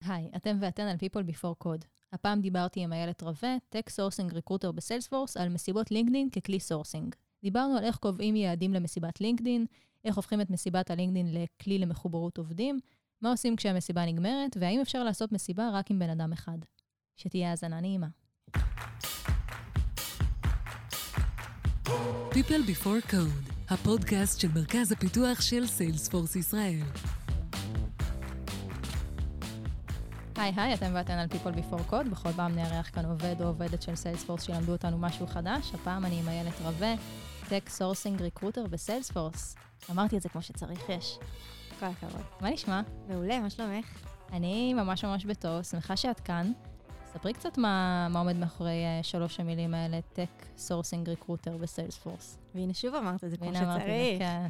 היי, אתם ואתן על People Before Code. הפעם דיברתי עם איילת רווה, Tech Sourcing Recruiter בסיילספורס, על מסיבות לינקדין ככלי סורסינג. דיברנו על איך קובעים יעדים למסיבת לינקדין, איך הופכים את מסיבת הלינקדין לכלי למחוברות עובדים, מה עושים כשהמסיבה נגמרת, והאם אפשר לעשות מסיבה רק עם בן אדם אחד. שתהיה האזנה נעימה. People Before Code, הפודקאסט של מרכז הפיתוח של סיילספורס ישראל. היי, אתם ואתן על People Before Code. בכל פעם נארח כאן עובד או עובדת של סיילספורס שלמדו אותנו משהו חדש. הפעם אני עם איילת רווה, Tech Sourcing Recruiter בסיילספורס. אמרתי את זה כמו שצריך, יש. כל הכבוד. מה נשמע? מעולה, מה שלומך? אני ממש בטוב, שמחה שאת כאן. ספרי קצת מה עומד מאחורי 3 המילים האלה, Tech Sourcing Recruiter בסיילספורס. והנה שוב אמרת את זה כמו והנה אמרתי שצריך. כן.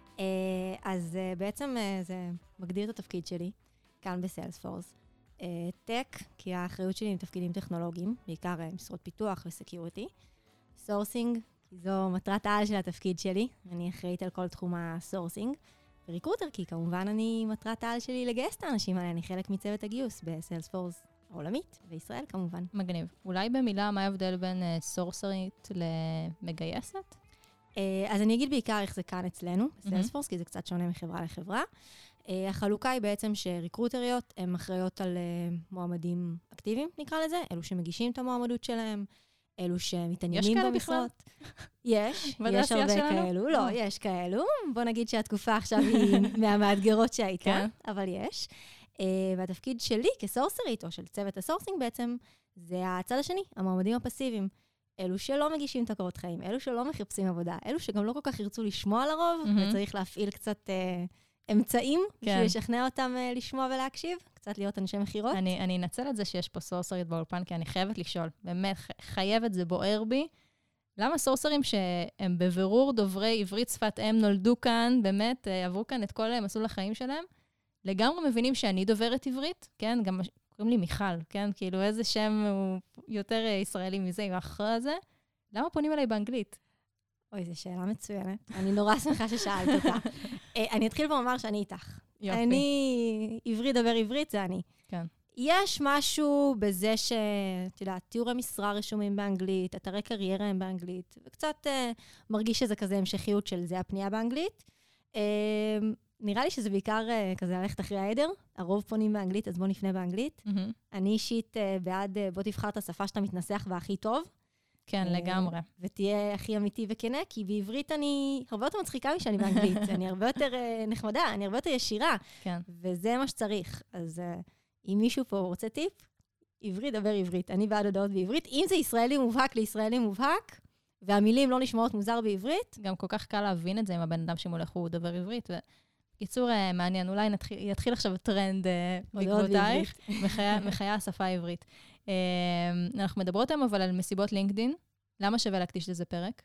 אז בעצם זה מגדיר את התפקיד שלי כאן בסיילספורס. טק, כי האחריות שלי עם תפקידים טכנולוגיים, בעיקר משרות פיתוח וסקיוריטי. סורסינג, כי זו מטרת העל של התפקיד שלי, אני אחראית על כל תחום הסורסינג. וריקרוטר, כי כמובן מטרת העל שלי לגייס את האנשים האלה, אני חלק מצוות הגיוס בסיילספורס העולמית, וישראל כמובן. מגניב. אולי במילה, מה ההבדל בין סורסרית למגייסת? אז אני אגיד בעיקר איך זה כאן אצלנו, בסיילספורס, כי זה קצת שונה מחברה לחברה. החלוקה היא בעצם שריקרוטריות הן אחראיות על מועמדים אקטיביים, נקרא לזה, אלו שמגישים את המועמדות שלהם, אלו שמתעניינים במשרות. יש הרבה כאלו. לא, יש כאלו. בוא נגיד שהתקופה עכשיו היא מהמאתגרות שהייתה, אבל יש. והתפקיד שלי כסורסרית, או של צוות הסורסינג בעצם, זה הצד השני, המועמדים הפסיביים. אלו שלא מגישים את הקורות חיים, אלו שלא מחפשים עבודה, אלו שגם לא כל כך ירצו לשמוע לרוב, וצריך להפעיל קצת אמצעים, בשביל לשכנע אותם לשמוע ולהקשיב, קצת להיות אנשי מחירות. אני אנצל את זה שיש פה סורסרית באולפן, כי אני חייבת לשאול, באמת, חייבת, זה בוער בי. למה סורסרים שהם בבירור דוברי עברית שפת אם נולדו כאן, באמת עברו כאן את כל מסלול החיים שלהם, לגמרי מבינים שאני דוברת עברית, כן? גם קוראים לי מיכל, כן? כאילו איזה שם הוא יותר ישראלי מזה, עם האחר הזה. למה פונים אליי באנגלית? אוי, זו שאלה מצוינת. אני נורא שמחה ששאלת אותה. אני אתחיל ואומר שאני איתך. יופי. אני עברית דבר עברית, זה אני. כן. יש משהו בזה את יודעת, תיאורי משרה רשומים באנגלית, אתרי קריירה הם באנגלית, וקצת מרגיש שזה כזה המשכיות של זה הפנייה באנגלית. נראה לי שזה בעיקר כזה ללכת אחרי העדר, הרוב פונים באנגלית, אז בוא נפנה באנגלית. אני אישית בעד, בוא תבחר את השפה שאתה מתנסח והכי טוב. כן, לגמרי. ותהיה הכי אמיתי וכנה, כי בעברית אני הרבה יותר מצחיקה משאני באנגלית, אני הרבה יותר נחמדה, אני הרבה יותר ישירה, כן. וזה מה שצריך. אז אם מישהו פה רוצה טיפ, עברית דבר עברית, אני בעד הודעות בעברית. אם זה ישראלי מובהק לישראלי מובהק, והמילים לא נשמעות מוזר בעברית. גם כל כך קל להבין את זה עם הבן אדם שמולך הוא דבר עברית, קיצור מעניין, אולי יתחיל עכשיו טרנד בעקבותייך, מחיי השפה העברית. אנחנו מדברות היום אבל על מסיבות לינקדין, למה שווה להקדיש לזה פרק?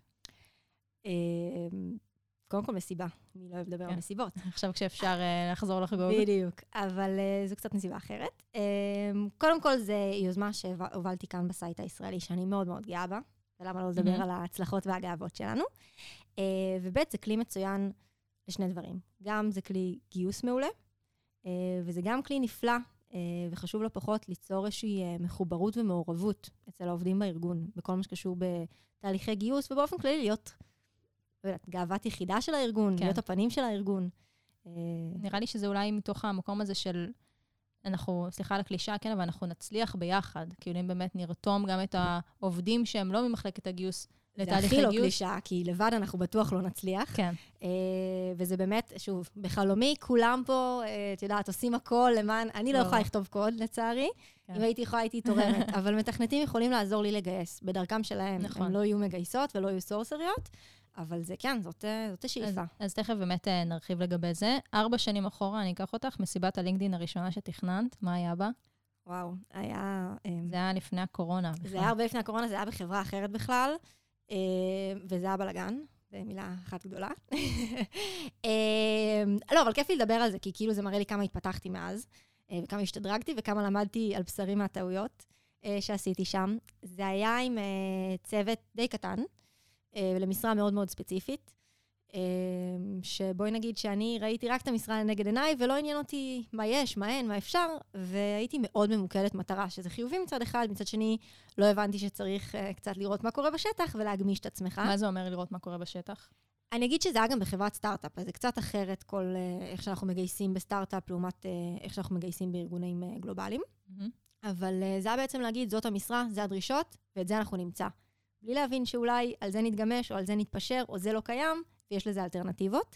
קודם כל מסיבה, אני לא אוהב לדבר על מסיבות. עכשיו כשאפשר לחזור לחגוג. בדיוק, אבל זו קצת מסיבה אחרת. קודם כל זו יוזמה שהובלתי כאן בסייט הישראלי, שאני מאוד מאוד גאה בה, ולמה לא לדבר על ההצלחות והגאוות שלנו. ובית זה כלי מצוין לשני דברים. גם זה כלי גיוס מעולה, וזה גם כלי נפלא, וחשוב לא פחות ליצור איזושהי מחוברות ומעורבות אצל העובדים בארגון, בכל מה שקשור בתהליכי גיוס, ובאופן כללי להיות גאוות יחידה של הארגון, להיות הפנים של הארגון. נראה לי שזה אולי מתוך המקום הזה של, סליחה על הקלישה, כן, אבל אנחנו נצליח ביחד, כאילו אם באמת נרתום גם את העובדים שהם לא ממחלקת הגיוס, זה הכי לא קלישה, כי לבד אנחנו בטוח לא נצליח. כן. וזה באמת, שוב, בחלומי, כולם פה, את יודעת, עושים הכל למען, אני לא יכולה לכתוב קוד, לצערי. אם הייתי יכולה, הייתי תורמת. אבל מתכנתים יכולים לעזור לי לגייס. בדרכם שלהם, הם לא יהיו מגייסות ולא יהיו סורסריות, אבל זה כן, זאת השאיפה. אז תכף באמת נרחיב לגבי זה. 4 שנים אחורה, אני אקח אותך, מסיבת הלינקדין הראשונה שתכננת, מה היה בה? וואו, היה... זה היה לפני הקורונה. זה היה הרבה לפני הקורונה, זה היה בחברה אחרת בכלל. וזה היה בלגן, זו מילה אחת גדולה. לא, אבל כיף לי לדבר על זה, כי כאילו זה מראה לי כמה התפתחתי מאז, וכמה השתדרגתי, וכמה למדתי על בשרי מהטעויות שעשיתי שם. זה היה עם צוות די קטן, למשרה מאוד מאוד ספציפית, שבואי נגיד שאני ראיתי רק את המשרה לנגד עיניי, ולא עניין אותי מה יש, מה אין, מה אפשר, והייתי מאוד ממוקדת מטרה, שזה חיובי מצד אחד, מצד שני, לא הבנתי שצריך קצת לראות מה קורה בשטח, ולהגמיש את עצמך. מה זה אומר לראות מה קורה בשטח? אני אגיד שזה היה גם בחברת סטארט-אפ, אז זה קצת אחרת כל איך שאנחנו מגייסים בסטארט-אפ, לעומת איך שאנחנו מגייסים בארגונים גלובליים. אבל זה היה בעצם להגיד, זאת המשרה, זה הדרישות, ואת זה אנחנו נמצא. בלי להבין שאולי על זה נתגמש, או על זה נתפשר, או זה לא קיים, ויש לזה אלטרנטיבות.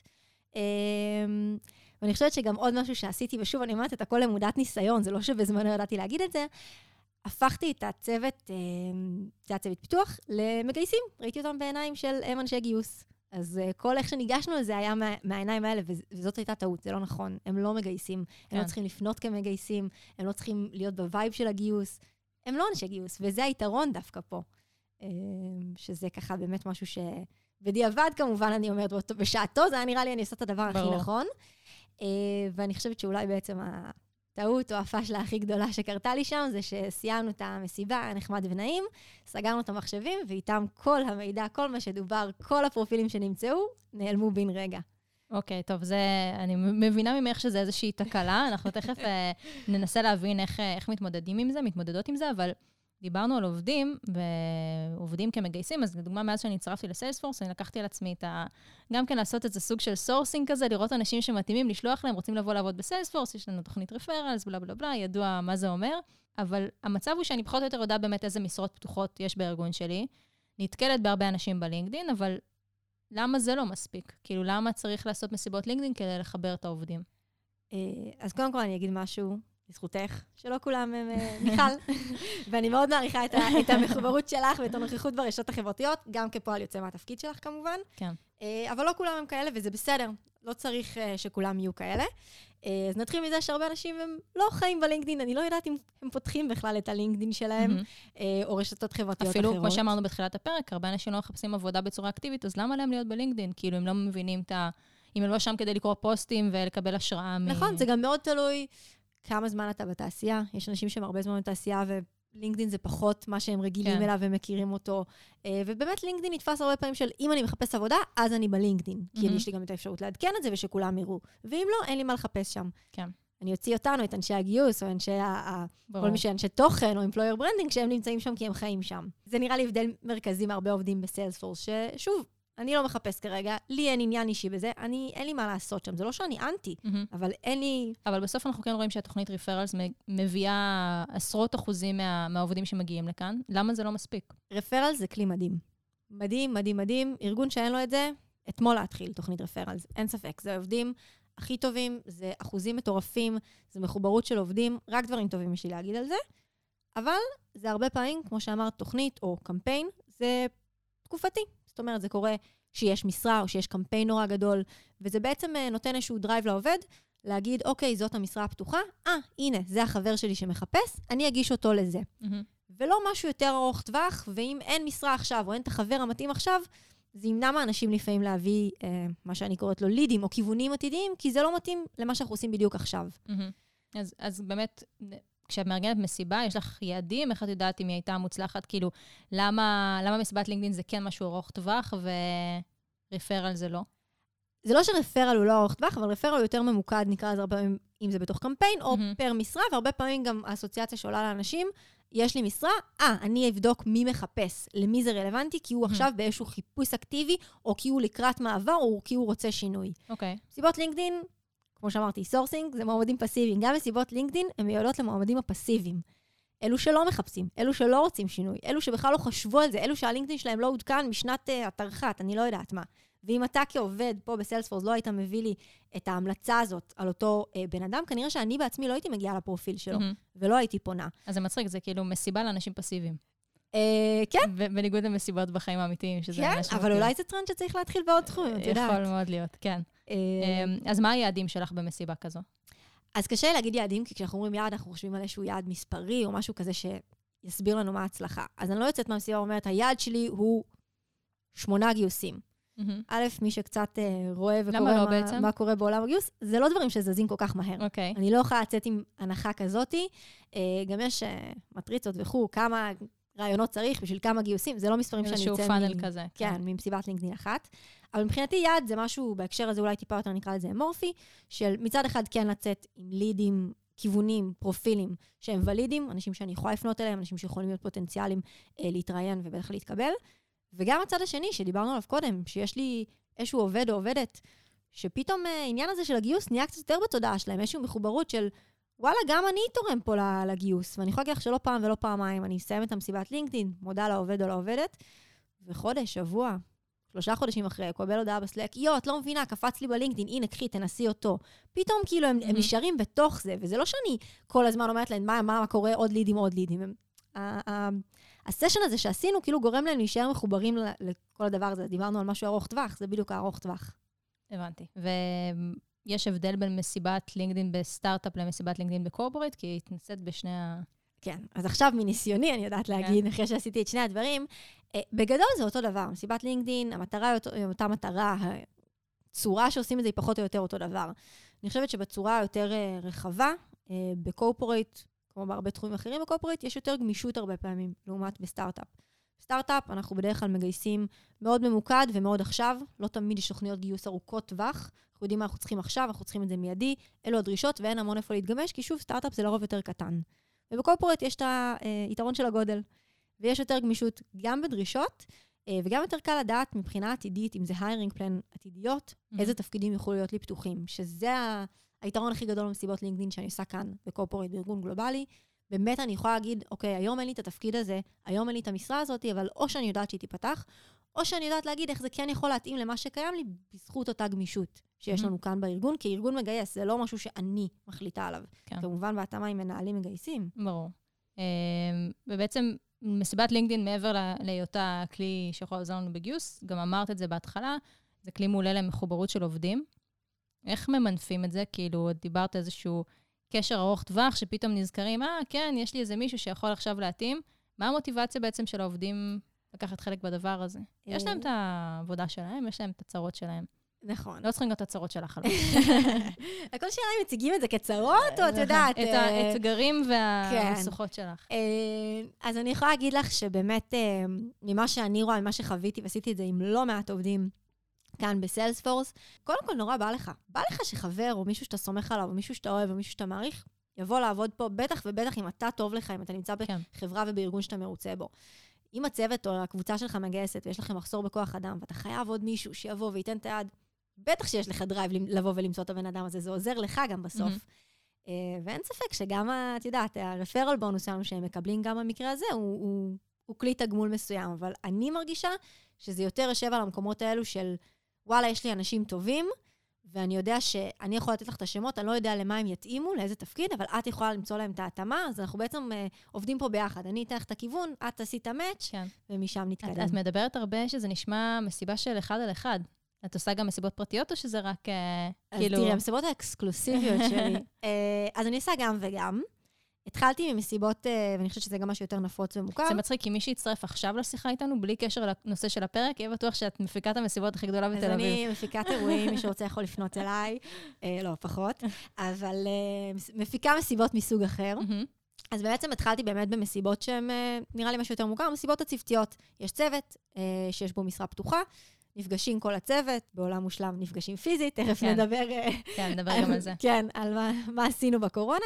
ואני חושבת שגם עוד משהו שעשיתי, ושוב אני אומרת את הכל למודת ניסיון, זה לא שבזמן לא ידעתי להגיד את זה, הפכתי את הצוות, זה הצוות פיתוח, למגייסים. ראיתי אותם בעיניים של הם אנשי גיוס. אז כל איך שניגשנו לזה היה מהעיניים האלה, וזאת הייתה טעות, זה לא נכון. הם לא מגייסים, הם לא צריכים לפנות כמגייסים, הם לא צריכים להיות בווייב של הגיוס, הם לא אנשי גיוס, וזה היתרון דווקא פה. שזה ככה באמת משהו שבדיעבד כמובן אני אומרת, בשעתו זה היה נראה לי אני עושה את הדבר הכי נכון, ואני חושבת שאולי בעצם הטעות או הפשלה הכי גדולה שקרתה לי שם, זה שסיימנו את המסיבה, נחמד ונעים, סגרנו את המחשבים, ואיתם כל המידע, כל מה שדובר, כל הפרופילים שנמצאו, נעלמו בין רגע. אוקיי, טוב, אני מבינה ממך שזה איזושהי תקלה, אנחנו תכף ננסה להבין איך מתמודדים עם זה, מתמודדות עם זה, אבל דיברנו על עובדים, ועובדים כמגייסים, אז לדוגמה, מאז שאני הצטרפתי לסיילספורס, אני לקחתי על עצמי גם כן לעשות איזה סוג של סורסינג כזה, לראות אנשים שמתאימים, לשלוח להם, רוצים לבוא לעבוד בסיילספורס, יש לנו תוכנית רפרלס, בלה בלה בלה, ידוע מה זה אומר, אבל המצב הוא שאני פחות או יותר יודעת באמת איזה משרות פתוחות יש בארגון שלי, נתקלת בהרבה אנשים בלינקדין, אבל למה זה לא מספיק? כאילו, למה צריך לעשות מסיבות לינקדין כדי לחבר את העובדים? אז קודם כל אני אגיד משהו, לזכותך, שלא כולם הם מיכל, ואני מאוד מעריכה את המחוברות שלך ואת הנוכחות ברשתות החברתיות, גם כפועל יוצא מהתפקיד שלך כמובן. כן. אבל לא כולם הם כאלה, וזה בסדר, לא צריך שכולם יהיו כאלה. אז נתחיל מזה שהרבה אנשים הם לא חיים בלינקדין, אני לא יודעת אם הם פותחים בכלל את הלינקדין שלהם, או רשתות חברתיות אחרות. אפילו, כמו שאמרנו בתחילת הפרק, הרבה אנשים לא מחפשים עבודה בצורה אקטיבית, אז למה להם להיות בלינקדין? כאילו, הם לא מבינים אם הם לא שם כדי לקרוא פוסטים ולקבל השראה. נכון, זה גם מאוד תלוי כמה זמן אתה בתעשייה. יש אנשים שהם הרבה זמן בתעשייה, ולינקדין זה פחות מה שהם רגילים אליו ומכירים אותו. ובאמת לינקדין נתפס הרבה פעמים של, אם אני מחפש עבודה, אז אני בלינקדין. כי יש לי גם את האפשרות לעדכן את זה, ושכולם יראו. ואם לא, אין לי מה לחפש שם. כן. אני אוציא אותנו, את אנשי הגיוס, או כל מי שאנשי תוכן, או אמפלויר ברנדינג, שהם נמצאים שם כי הם חיים שם. זה נראה לי הבדל מרכזי מהרבה עובדים בסיילספורס, ששוב, אני לא מחפש כרגע, לי אין עניין אישי בזה, אין לי מה לעשות שם. זה לא שאני אנטי, אבל אין לי... אבל בסוף אנחנו כן רואים שהתוכנית רפרלס מביאה עשרות אחוזים מהעובדים שמגיעים לכאן. למה זה לא מספיק? רפרלס זה כלי מדהים. מדהים, מדהים, מדהים. ארגון שאין לו את זה, אתמול להתחיל תוכנית רפרלס. אין ספק. זה עובדים הכי טובים, זה אחוזים מטורפים, זה מחוברות של עובדים, רק דברים טובים יש לי להגיד על זה. אבל זה הרבה פעמים, כמו שאמרת, תוכנית או קמפיין, זה תקופתי. זאת אומרת, זה קורה שיש משרה או שיש קמפיין נורא גדול, וזה בעצם נותן איזשהו דרייב לעובד, להגיד, אוקיי, זאת המשרה הפתוחה, הנה, זה החבר שלי שמחפש, אני אגיש אותו לזה. ולא משהו יותר ארוך טווח, ואם אין משרה עכשיו, או אין את החבר המתאים עכשיו, זה ימנע מהאנשים לפעמים להביא, מה שאני קוראת לו, לידים או כיוונים עתידיים, כי זה לא מתאים למה שאנחנו עושים בדיוק עכשיו. אז באמת... כשאת מארגנת מסיבה, יש לך יעדים, איך את יודעת אם היא הייתה מוצלחת, כאילו, למה מסיבת לינקדין זה כן משהו ארוך טווח, ורפרל זה לא? זה לא שרפרל הוא לא ארוך טווח, אבל רפרל הוא יותר ממוקד, נקרא לזה הרבה פעמים, אם זה בתוך קמפיין, או פר משרה, והרבה פעמים גם האסוציאציה שעולה לאנשים, יש לי משרה, אני אבדוק מי מחפש, למי זה רלוונטי, כי הוא עכשיו באיזשהו חיפוש אקטיבי, או כי הוא לקראת מעבר, או כי הוא רוצה שינוי. אוקיי. מסיבות לינקדין, כמו שאמרתי, סורסינג זה מועמדים פסיביים. גם מסיבות לינקדין הן מיועדות למועמדים הפסיביים. אלו שלא מחפשים, אלו שלא רוצים שינוי, אלו שבכלל לא חשבו על זה, אלו שהלינקדין שלהם לא עודכן משנת התרחת, אני לא יודעת מה. ואם אתה כעובד פה בסיילספורס לא היית מביא לי את ההמלצה הזאת על אותו בן אדם, כנראה שאני בעצמי לא הייתי מגיעה לפרופיל שלו, ולא הייתי פונה. אז זה מצחיק, זה כאילו מסיבה לאנשים פסיביים. כן. בניגוד למסיבות בחיים האמיתיים, שזה כן, אבל אולי זה טרנד שצריך להתחיל בעוד תחומים, את יודעת. יכול מאוד להיות, כן. אז מה היעדים שלך במסיבה כזו? אז קשה להגיד יעדים, כי כשאנחנו אומרים יעד, אנחנו חושבים על איזשהו יעד מספרי, או משהו כזה שיסביר לנו מה ההצלחה. אז אני לא יוצאת מהמסיבה ואומרת, היעד שלי הוא 8 גיוסים. א', מי שקצת רואה וקורא מה קורה בעולם הגיוס, זה לא דברים שזזים כל כך מהר. אני לא יכולה לצאת עם הנחה כזאתי. גם יש מטריצות וכו', כמה רעיונות צריך, בשביל כמה גיוסים, זה לא מספרים שאני איזשהו אצא פאנל כזה. כן, ממסיבת לינקדין אחת. אבל מבחינתי יעד זה משהו, בהקשר הזה אולי טיפה יותר נקרא לזה אמורפי, של מצד אחד כן לצאת עם לידים, כיוונים, פרופילים שהם ולידים, אנשים שאני יכולה לפנות אליהם, אנשים שיכולים להיות פוטנציאליים להתראיין ובטח להתקבל. וגם הצד השני, שדיברנו עליו קודם, שיש לי איזשהו עובד או עובדת, שפתאום העניין הזה של הגיוס נהיה קצת יותר בתודעה שלהם, איזשהו מחוברות של, וואלה, גם אני תורם פה לגיוס, ואני יכולה להגיד לך שלא פעם ולא פעמיים, אני אסיים את המסיבת לינקדין, מודה לעובד או לעובדת, וחודש, שבוע, 3 חודשים אחרי, קובל הודעה בסלק, את לא מבינה, קפץ לי בלינקדין, הנה, קחי, תנסי אותו. פתאום כאילו הם נשארים בתוך זה, וזה לא שאני כל הזמן אומרת להם, מה קורה, עוד לידים. הסשן הזה שעשינו, כאילו גורם להם להישאר מחוברים לכל הדבר הזה. דיברנו על משהו ארוך טווח, זה בדיוק הארוך טווח. הבנתי. ויש הבדל בין מסיבת לינקדין בסטארט-אפ למסיבת לינקדין בקורפורייט, כי היא התנסית בשני כן, אז עכשיו מניסיוני, אני יודעת להגיד, אחרי שעשיתי את שני הדברים, בגדול זה אותו דבר. מסיבת לינקדין, המטרה היא אותה מטרה, הצורה שעושים את זה היא פחות או יותר אותו דבר. אני חושבת שבצורה יותר רחבה, בקורפורייט, כמו בהרבה תחומים אחרים בקורפורייט, יש יותר גמישות הרבה פעמים, לעומת בסטארט-אפ. בסטארט-אפ אנחנו בדרך כלל מגייסים מאוד ממוקד ומאוד עכשיו, לא תמיד יש תוכניות גיוס ארוכות טווח, אנחנו יודעים מה אנחנו צריכים עכשיו, אנחנו צריכים את זה מיידי, אלו הדרישות ואין המון איפה להתגמש, כי שוב, סטארט-אפ זה לרוב יותר קטן. ובקורפורייט יש את היתרון של הגודל, ויש יותר גמישות גם בדרישות, וגם יותר קל לדעת מבחינה עתידית, אם זה hiring plan עתידיות, איזה תפקידים יוכלו להיות לי פתוחים, שזה היתרון הכי גדול במסיבות לינקדין שאני עושה כאן בקורפורייט בארגון גלובלי. באמת אני יכולה להגיד, אוקיי, היום אין לי את התפקיד הזה, היום אין לי את המשרה הזאת, אבל או שאני יודעת שהיא תיפתח, או שאני יודעת להגיד איך זה כן יכול להתאים למה שקיים לי, בזכות אותה גמישות שיש לנו כאן בארגון, כי ארגון מגייס, זה לא משהו שאני מחליטה עליו. כמובן, בהתאמה עם מנהלים מגייסים. ברור. ובעצם, מסיבת לינקדין, מעבר להיותה כלי שיכול לעזור לנו בגיוס, גם אמרת את זה בהתחלה, זה כלי מעולה למחוברות של עובדים. איך ממנפים את זה? כאילו, דיברת איזשהו קשר ארוך טווח, שפתאום נזכרים, כן, יש לי איזה מישהו שיכול עכשיו להתאים. מה המוטיבציה בעצם של העובדים לקחת חלק בדבר הזה? יש להם את העבודה שלהם, יש להם את הצרות שלהם. נכון. לא צריכים גם את הצרות שלך. הכל שאלה אם מציגים את זה כצרות, או את יודעת... את האתגרים והמסוכות שלך. אז אני יכולה להגיד לך שבאמת, ממה שאני רואה, ממה שחוויתי, ועשיתי את זה עם לא מעט עובדים כאן בסיילספורס, קודם כל נורא בא לך. בא לך שחבר, או מישהו שאתה סומך עליו, או מישהו שאתה אוהב, או מישהו שאתה מעריך, יבוא לעבוד פה, בטח ובטח אם אתה טוב לך, אם אתה נמצא בחברה ובארגון שאתה מרוצה בו. אם הצוות או הקבוצה שלך מגייסת, ויש לכם מחסור בכוח אדם, ואתה חייב עוד מישהו שיבוא וייתן את היד, בטח שיש לך דרייב לבוא ולמצוא את הבן אדם הזה, זה עוזר לך גם בסוף. ואין ספק שגם, את יודעת, הרפרל בונוס שלנו שהם מקבלים גם במקרה הזה, הוא כלי תגמול מסוים, אבל אני מרגישה שזה יותר יושב על המקומות האלו של, וואלה, יש לי אנשים טובים, ואני יודע שאני יכולה לתת לך את השמות, אני לא יודע למה הם יתאימו, לאיזה תפקיד, אבל את יכולה למצוא להם את ההתאמה, אז אנחנו בעצם עובדים פה ביחד. אני אתן לך את הכיוון, את תעשי את המאץ', ומשם נתקדם. את מדברת הרבה שזה נשמע מסיבה של אחד על אחד. את עושה גם מסיבות פרטיות, או שזה רק כאילו... אז תראי, המסיבות האקסקלוסיביות שלי. אז אני עושה גם וגם. התחלתי ממסיבות, ואני חושבת שזה גם משהו יותר נפוץ ומוכר. זה מצחיק, כי מי שיצטרף עכשיו לשיחה איתנו, בלי קשר לנושא של הפרק, יהיה בטוח שאת מפיקת המסיבות הכי גדולה בתל אביב. אז אני מפיקת אירועים, מי שרוצה יכול לפנות אליי, לא, פחות, אבל מפיקה מסיבות מסוג אחר. אז בעצם התחלתי באמת במסיבות שהן, נראה לי משהו יותר מוכר, מסיבות הצוותיות. יש צוות שיש בו משרה פתוחה, נפגשים כל הצוות, בעולם מושלם נפגשים פיזית, תכף נדבר... כן, נדבר גם על זה. כן, על מה עשינו בקורונה,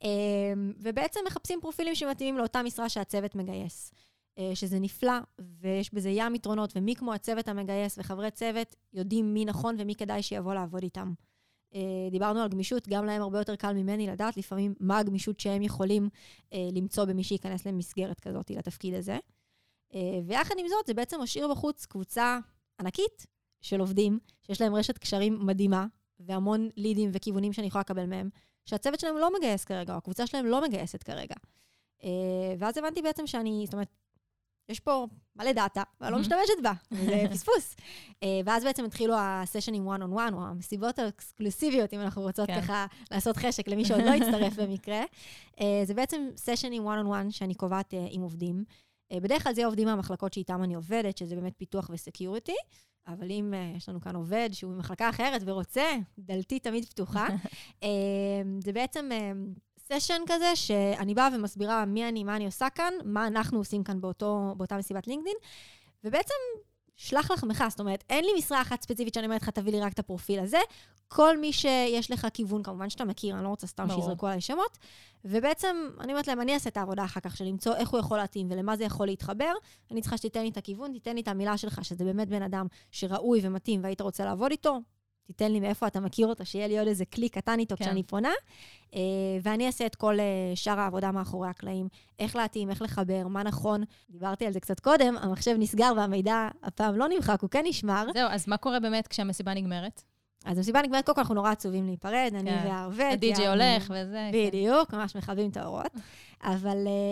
ובעצם מחפשים פרופילים שמתאימים לאותה משרה שהצוות מגייס, שזה נפלא, ויש בזה ים יתרונות, ומי כמו הצוות המגייס וחברי צוות יודעים מי נכון ומי כדאי שיבוא לעבוד איתם. דיברנו על גמישות, גם להם הרבה יותר קל ממני לדעת לפעמים מה הגמישות שהם יכולים למצוא במי שייכנס למסגרת כזאת לתפקיד הזה. ויחד עם זאת, זה בעצם משאיר בחוץ קבוצה ענקית של עובדים, שיש להם רשת קשרים מדהימה, והמון לידים וכיוונים שאני יכולה לקבל מהם, שהצוות שלהם לא מגייס כרגע, או הקבוצה שלהם לא מגייסת כרגע. ואז הבנתי בעצם שאני, זאת אומרת, יש פה מלא דאטה, ואני לא משתמשת בה, זה פספוס. ואז בעצם התחילו הסשנים one on one, או המסיבות האקסקלוסיביות, אם אנחנו רוצות ככה לעשות חשק למי שעוד לא יצטרף במקרה. זה בעצם סשנים one on one שאני קובעת עם עובדים. בדרך כלל זה עובדים מהמחלקות שאיתם אני עובדת, שזה באמת פיתוח וסקיוריטי, אבל אם יש לנו כאן עובד שהוא ממחלקה אחרת ורוצה, דלתי תמיד פתוחה. זה בעצם סשן כזה, שאני באה ומסבירה מי אני, מה אני עושה כאן, מה אנחנו עושים כאן באותה מסיבת לינקדין, ובעצם שלח לחמך, זאת אומרת, אין לי משרה אחת ספציפית שאני אומרת לך, תביא לי רק את הפרופיל הזה, כל מי שיש לך כיוון, כמובן שאתה מכיר, אני לא רוצה סתם שיזרקו עליי שמות, ובעצם אני אומרת להם, אני אעשה את העבודה אחר כך, של למצוא איך הוא יכול להתאים ולמה זה יכול להתחבר, אני צריכה שתיתן לי את הכיוון, תיתן לי את המילה שלך, שזה באמת בן אדם שראוי ומתאים, והיית רוצה לעבוד איתו, תיתן לי מאיפה אתה מכיר אותו, שיהיה לי עוד איזה קליק קטן איתו כשאני פונה, ואני אעשה את כל שאר העבודה מאחורי הקלעים, איך להתאים, איך לחבר, מה נכון. דיברתי על זה קצת קודם, המחשב נסגר והמידע הפעם לא נמחק, הוא כן נשמר. זהו, אז מה קורה באמת כשהמסיבה נגמרת? אז המסיבה נגמרת, קודם כל אנחנו נורא עצובים להיפרד, אני והעובד. הדי-ג'יי הולך וזה. בדיוק, ממש מכבים את האורות. אבל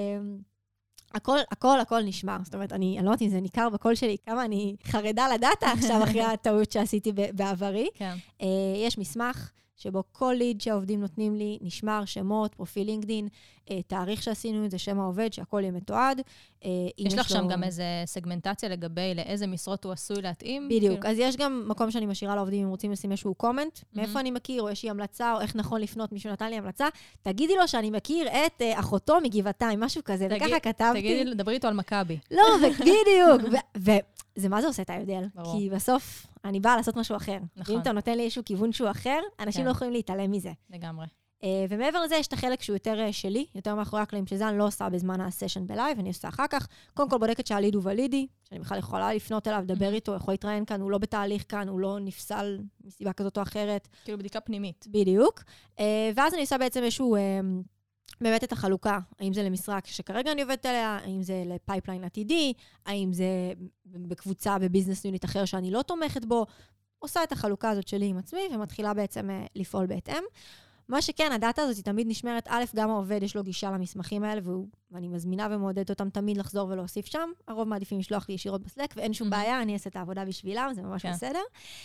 הכל נשמר. זאת אומרת, אני לא יודעת אם זה ניכר בקול שלי, כמה אני חרדה לדאטה עכשיו אחרי הטעות שעשיתי בעברי. יש מסמך שבו כל ליד שהעובדים נותנים לי, נשמר, שמות, פרופיל לינקדין, תאריך שעשינו את זה, שם העובד, שהכל יהיה מתועד. יש לך שם גם איזה סגמנטציה לגבי לאיזה משרות הוא עשוי להתאים? בדיוק, אז יש גם מקום שאני משאירה לעובדים, אם רוצים לשים איזשהו קומנט, מאיפה אני מכיר, או יש לי המלצה, או איך נכון לפנות, מישהו נתן לי המלצה, תגידי לו שאני מכיר את אחותו מגבעתיים, משהו כזה, וככה כתבתי. תגידי, דברי איתו על מכבי. לא, בדיוק, וזה מה זה עושה את ההבדל? כי בסוף אני באה לעשות משהו אחר. ואם אתה נותן לי איזשהו כיוון שהוא אחר, אנשים לא יכולים להתעלם מזה. לגמרי. ומעבר לזה, יש את החלק שהוא יותר שלי, יותר מאחורי הקלעים, שזה אני לא עושה בזמן הסשן בלייב, אני עושה אחר כך. קודם כל בודקת שהליד הוא ולידי, שאני בכלל יכולה לפנות אליו, לדבר איתו, יכול להתראיין כאן, הוא לא בתהליך כאן, הוא לא נפסל מסיבה כזאת או אחרת. כאילו בדיקה פנימית. בדיוק. ואז אני עושה בעצם איזשהו, באמת את החלוקה, האם זה למשרה שכרגע אני עובדת עליה, האם זה לפייפליין עתידי, האם זה בקבוצה, בביזנס יוניט אחר שאני לא תומכת בו, עושה את החלוקה הזאת שלי עם עצמי, ומתחילה בעצם לפעול בהתאם. מה שכן, הדאטה הזאת היא תמיד נשמרת, א', גם העובד יש לו גישה למסמכים האלה, ואני מזמינה ומעודדת אותם תמיד לחזור ולהוסיף שם. הרוב מעדיפים לשלוח לי ישירות בסלק, ואין שום בעיה, אני אעשה את העבודה בשבילם, זה ממש בסדר.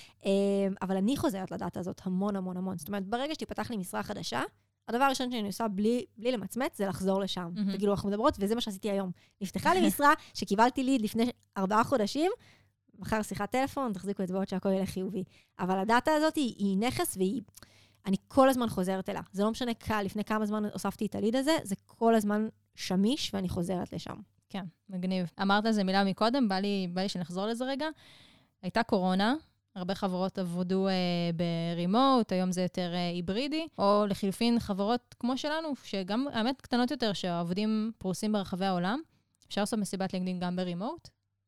אבל אני חוזרת לדאטה הזאת המון המון המון. זאת אומרת, ברגע שתיפתח לי משרה חדשה, הדבר הראשון שאני עושה בלי למצמץ, זה לחזור לשם. וכאילו, אנחנו מדברות, וזה מה שעשיתי היום. נפתחה לי משרה שקיבלתי לי לפני 4 חודשים, מחר שיחת טלפון, תחזיקו אצבעות שהכל יהיה חיובי. אבל הדאטה הזאת היא נכס אני כל הזמן חוזרת אליה. זה לא משנה לפני כמה זמן הוספתי את הליד הזה, זה כל הזמן שמיש ואני חוזרת לשם. כן, מגניב. אמרת על זה מילה מקודם, בא לי שנחזור לזה רגע. הייתה קורונה, הרבה חברות עבדו ברימוט, היום זה יותר היברידי, או לחילופין חברות כמו שלנו, שגם האמת קטנות יותר, שהעובדים פרוסים ברחבי העולם. אפשר לעשות מסיבת לינקדין גם ברימוט?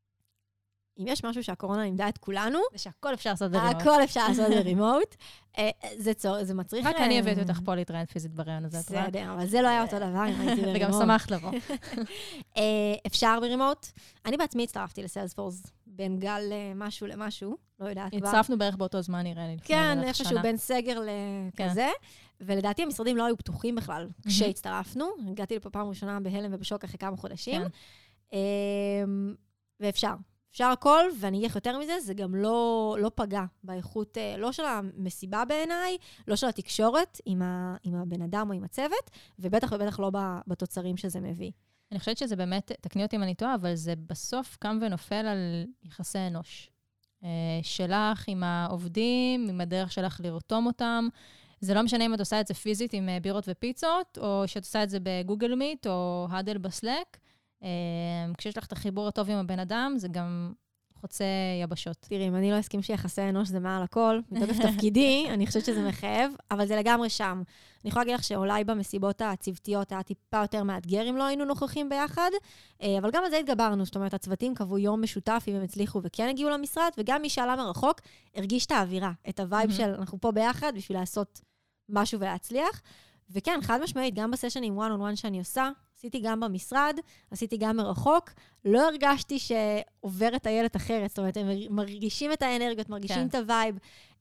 אם יש משהו שהקורונה לימדה את כולנו, זה שהכל אפשר לעשות ברימוט. הכל אפשר לעשות ברימוט. זה מצריך... רק אני הבאתי אותך פה להתראיין פיזית ברעיון הזה. בסדר, אבל זה לא היה אותו דבר אם הייתי ברימוט. וגם שמחת לבוא. אפשר ברימוט. אני בעצמי הצטרפתי לסיילספורס בין גל משהו למשהו, לא יודעת כבר. הצטרפנו בערך באותו זמן, נראה לי. כן, איפשהו בין סגר לכזה. ולדעתי המשרדים לא היו פתוחים בכלל כשהצטרפנו. הגעתי לפה פעם ראשונה בהלם ובשוק אחרי כמה חודשים. ואפשר. אפשר הכל, ואני אגיד יותר מזה, זה גם לא פגע באיכות, לא של המסיבה בעיניי, לא של התקשורת עם הבן אדם או עם הצוות, ובטח ובטח לא בתוצרים שזה מביא. אני חושבת שזה באמת, תקני אותי אם אני טועה, אבל זה בסוף קם ונופל על יחסי אנוש. שלך עם העובדים, עם הדרך שלך לרתום אותם. זה לא משנה אם את עושה את זה פיזית עם בירות ופיצות, או שאת עושה את זה בגוגל מיט או הדל בסלק. כשיש לך את החיבור הטוב עם הבן אדם, זה גם חוצה יבשות. תראי, אם אני לא אסכים שיחסי אנוש זה מעל הכל, מתוקף תפקידי, אני חושבת שזה מחייב, אבל זה לגמרי שם. אני יכולה להגיד לך שאולי במסיבות הצוותיות היה טיפה יותר מאתגר אם לא היינו נוכחים ביחד, אבל גם על זה התגברנו, זאת אומרת, הצוותים קבעו יום משותף אם הם הצליחו וכן הגיעו למשרד, וגם מי שעלה מרחוק הרגיש את האווירה, את הווייב של אנחנו פה ביחד בשביל לעשות משהו ולהצליח. וכן, חד משמעית, גם בסשנים one on one שאני עושה, עשיתי גם במשרד, עשיתי גם מרחוק, לא הרגשתי שעוברת הילד אחרת, זאת אומרת, הם מרגישים את האנרגיות, מרגישים את הווייב.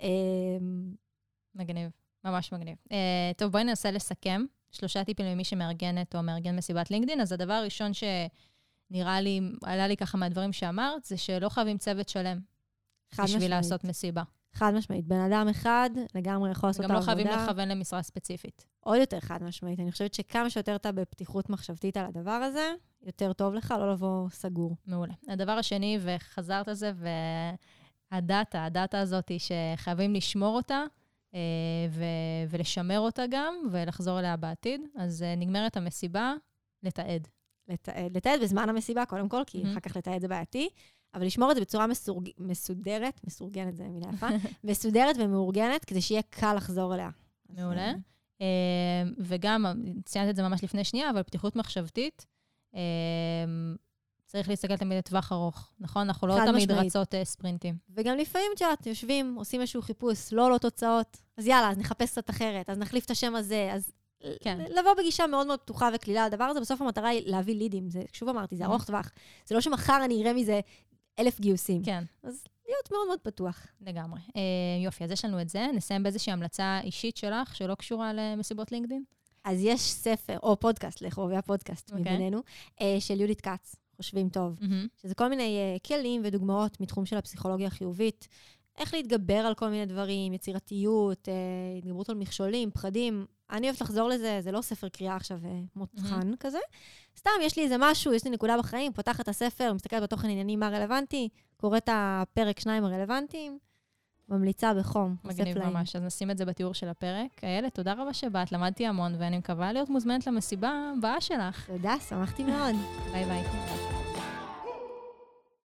מגניב, ממש מגניב. טוב, בואי ננסה לסכם 3 טיפים למי שמארגנת או מארגן מסיבת לינקדין. אז הדבר הראשון שנראה לי, עלה לי ככה מהדברים שאמרת, זה שלא חייבים צוות שלם בשביל לעשות מסיבה. חד משמעית. בן אדם אחד לגמרי יכול לעשות את העבודה. גם לא חייבים לכוון למשרה ספציפית. עוד יותר חד משמעית. אני חושבת שכמה שיותר אתה בפתיחות מחשבתית על הדבר הזה, יותר טוב לך לא לבוא סגור. מעולה. הדבר השני, וחזרת על זה, והדאטה הזאת שחייבים לשמור אותה, ולשמר אותה גם, ולחזור אליה בעתיד. אז נגמרת המסיבה, לתעד. לתעד בזמן המסיבה, קודם כל, כי אחר כך לתעד זה בעייתי, אבל לשמור את זה בצורה מסודרת, מסורגנת זה מילה יפה, מסודרת ומאורגנת, כדי שיהיה קל לחזור אליה. מעולה. וגם, ציינת את זה ממש לפני שנייה, אבל פתיחות מחשבתית, צריך להסתכל תמיד לטווח ארוך, נכון? אנחנו לא תמיד רצות ספרינטים. וגם לפעמים, תשעת, יושבים, עושים איזשהו חיפוש, לא תוצאות, אז יאללה, אז נחפש קצת אחרת, אז נחליף את השם הזה, אז לבוא בגישה מאוד מאוד פתוחה וכלילה לדבר הזה, בסוף המטרה היא להביא לידים, זה, שוב אמרתי, זה ארוך טווח. זה לא שמחר אני אראה מזה 1,000 גיוסים. כן. אז להיות מאוד מאוד פתוח. לגמרי. יופי, אז יש לנו את זה. נסיים באיזושהי המלצה אישית שלך, שלא קשורה למסיבות לינקדין? אז יש ספר, או פודקאסט, לחובבי הפודקאסט מבינינו, של יהודית כץ, חושבים טוב, שזה כל מיני כלים ודוגמאות מתחום של הפסיכולוגיה החיובית, איך להתגבר על כל מיני דברים, יצירתיות, התגברות על מכשולים, פחדים. אני אוהבת לחזור לזה, זה לא ספר קריאה עכשיו מותחן כזה. סתם, יש לי איזה משהו, יש לי נקודה בחיים, פותחת את הספר, מסתכלת בתוכן עניינים מה רלוונטי, קוראת הפרק 2 הרלוונטיים, ממליצה בחום. מגניב ממש, אז נשים את זה בתיאור של הפרק. איילת, תודה רבה שבאת, למדתי המון, ואני מקווה להיות מוזמנת למסיבה הבאה שלך. תודה, שמחתי מאוד. ביי ביי.